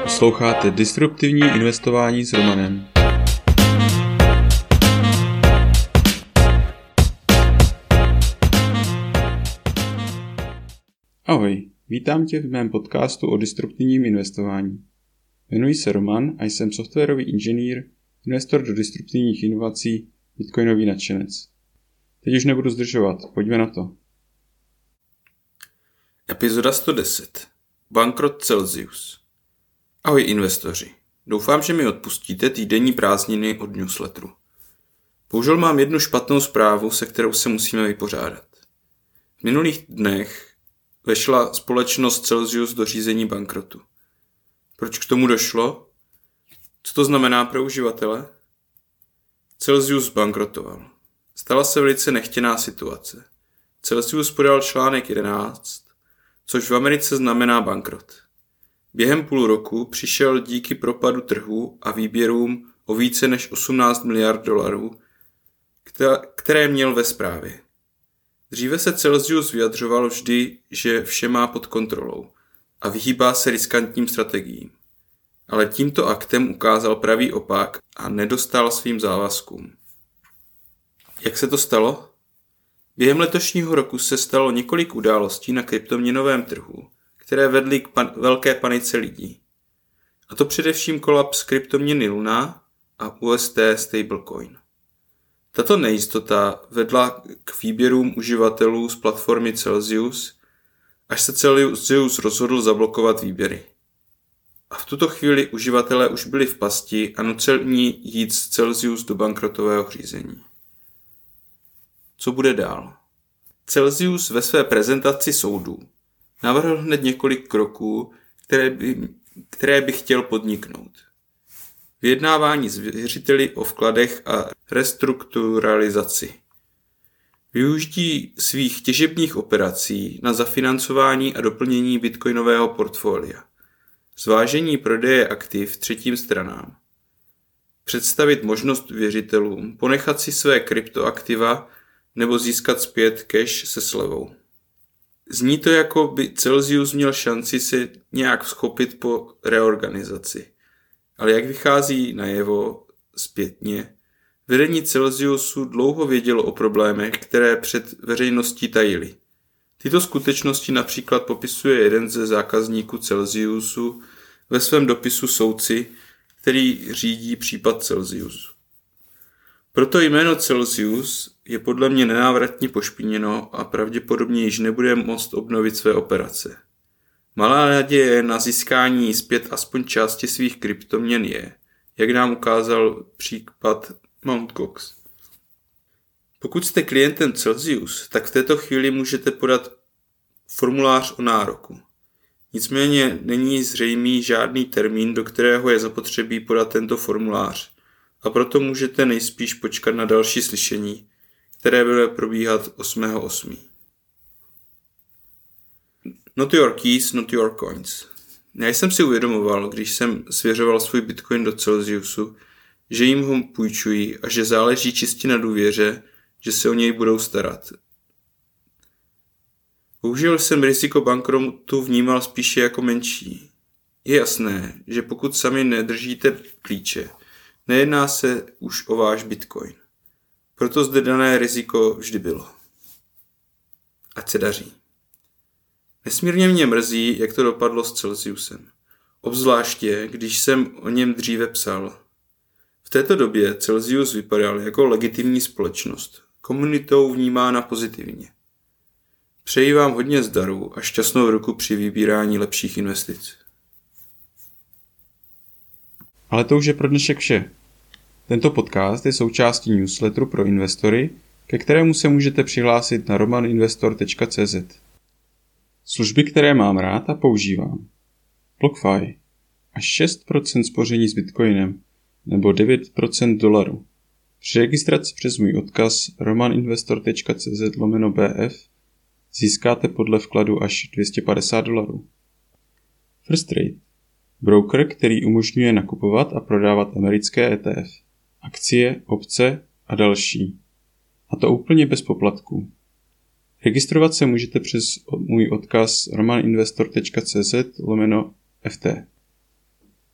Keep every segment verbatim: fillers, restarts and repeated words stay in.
Posloucháte Disruptivní investování s Romanem. Ahoj, vítám tě v mém podcastu o disruptivním investování. Jmenuji se Roman a jsem softwarový inženýr, investor do disruptivních inovací, bitcoinový nadšenec. Teď už nebudu zdržovat, pojďme na to. Epizoda sto deset. Bankrot Celsius. Ahoj investoři. Doufám, že mi odpustíte týdenní prázdniny od newsletteru. Bohužel mám jednu špatnou zprávu, se kterou se musíme vypořádat. V minulých dnech vešla společnost Celsius do řízení bankrotu. Proč k tomu došlo? Co to znamená pro uživatele? Celsius bankrotoval. Stala se velice nechtěná situace. Celsius podal článek jedenáct, což v Americe znamená bankrot. Během půl roku přišel díky propadu trhu a výběrům o více než osmnáct miliard dolarů, které měl ve správě. Dříve se Celsius vyjadřoval vždy, že vše má pod kontrolou a vyhýbá se riskantním strategiím. Ale tímto aktem ukázal pravý opak a nedostal svým závazkům. Jak se to stalo? Během letošního roku se stalo několik událostí na kryptoměnovém trhu, které vedly k pan- velké panice lidí. A to především kolaps kryptoměny Luna a U S T stablecoin. Tato nejistota vedla k výběrům uživatelů z platformy Celsius, až se Celsius rozhodl zablokovat výběry. A v tuto chvíli uživatelé už byli v pasti a nuceni jít z Celsius do bankrotového řízení. Co bude dál? Celsius ve své prezentaci soudu navrhl hned několik kroků, které by, které by chtěl podniknout. Vyjednávání s věřiteli o vkladech a restrukturalizaci. Využití svých těžebních operací na zafinancování a doplnění bitcoinového portfolia. Zvážení prodeje aktiv třetím stranám. Představit možnost věřitelům ponechat si své kryptoaktiva nebo získat zpět cash se slevou. Zní to, jako by Celsius měl šanci se nějak schopit po reorganizaci. Ale jak vychází najevo zpětně, vedení Celsiusu dlouho vědělo o problémech, které před veřejností tajili. Tyto skutečnosti například popisuje jeden ze zákazníků Celsiusu ve svém dopisu soudci, který řídí případ Celsiusu. Proto jméno Celsius je podle mě nenávratně pošpiněno a pravděpodobně již nebude moct obnovit své operace. Malá naděje na získání zpět aspoň části svých kryptoměn je, jak nám ukázal případ Mt. Gox. Pokud jste klientem Celsius, tak v této chvíli můžete podat formulář o nároku. Nicméně není zřejmý žádný termín, do kterého je zapotřebí podat tento formulář, a proto můžete nejspíš počkat na další slyšení, které bude probíhat osmého osmého Not your keys, not your coins. Já jsem si uvědomoval, když jsem svěřoval svůj bitcoin do Celsiusu, že jim ho půjčují a že záleží čistě na důvěře, že se o něj budou starat. Bohužel jsem riziko bankrotu vnímal spíše jako menší. Je jasné, že pokud sami nedržíte klíče, nejedná se už o váš bitcoin. Proto zde dané riziko vždy bylo. Ať se daří. Nesmírně mě mrzí, jak to dopadlo s Celsiusem. Obzvláště, když jsem o něm dříve psal. V této době Celsius vypadal jako legitimní společnost, komunitou vnímána pozitivně. Přeji vám hodně zdaru a šťastnou ruku při vybírání lepších investic. Ale to už je pro dnešek vše. Tento podcast je součástí newsletteru pro investory, ke kterému se můžete přihlásit na romaninvestor tečka cé zet. Služby, které mám rád a používám. BlockFi. Až šest procent spoření s bitcoinem nebo devět procent dolaru. Při registraci přes můj odkaz romaninvestor tečka cé zet lomeno bé ef získáte podle vkladu až dvě stě padesát dolarů. First Trade. Broker, který umožňuje nakupovat a prodávat americké E T F, akcie, opce a další. A to úplně bez poplatků. Registrovat se můžete přes můj odkaz romaninvestor tečka cé zet lomeno ef té.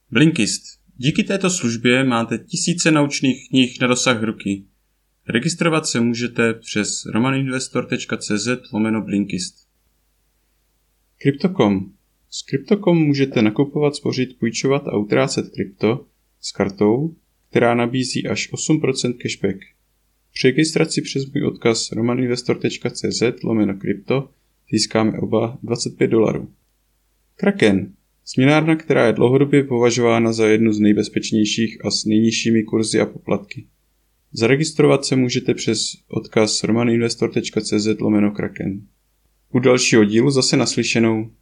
Blinkist. Díky této službě máte tisíce naučných knih na dosah ruky. Registrovat se můžete přes romaninvestor.cz lomeno Blinkist. Crypto tečka com. S Crypto tečka com můžete nakupovat, spořit, půjčovat a utrácet krypto s kartou, která nabízí až osm procent cashback. Při registraci přes můj odkaz romaninvestor.cz lomeno krypto získáme oba dvacet pět dolarů. Kraken. Směnárna, která je dlouhodobě považována za jednu z nejbezpečnějších a s nejnižšími kurzy a poplatky. Zaregistrovat se můžete přes odkaz romaninvestor.cz lomeno Kraken. U dalšího dílu zase naslyšenou.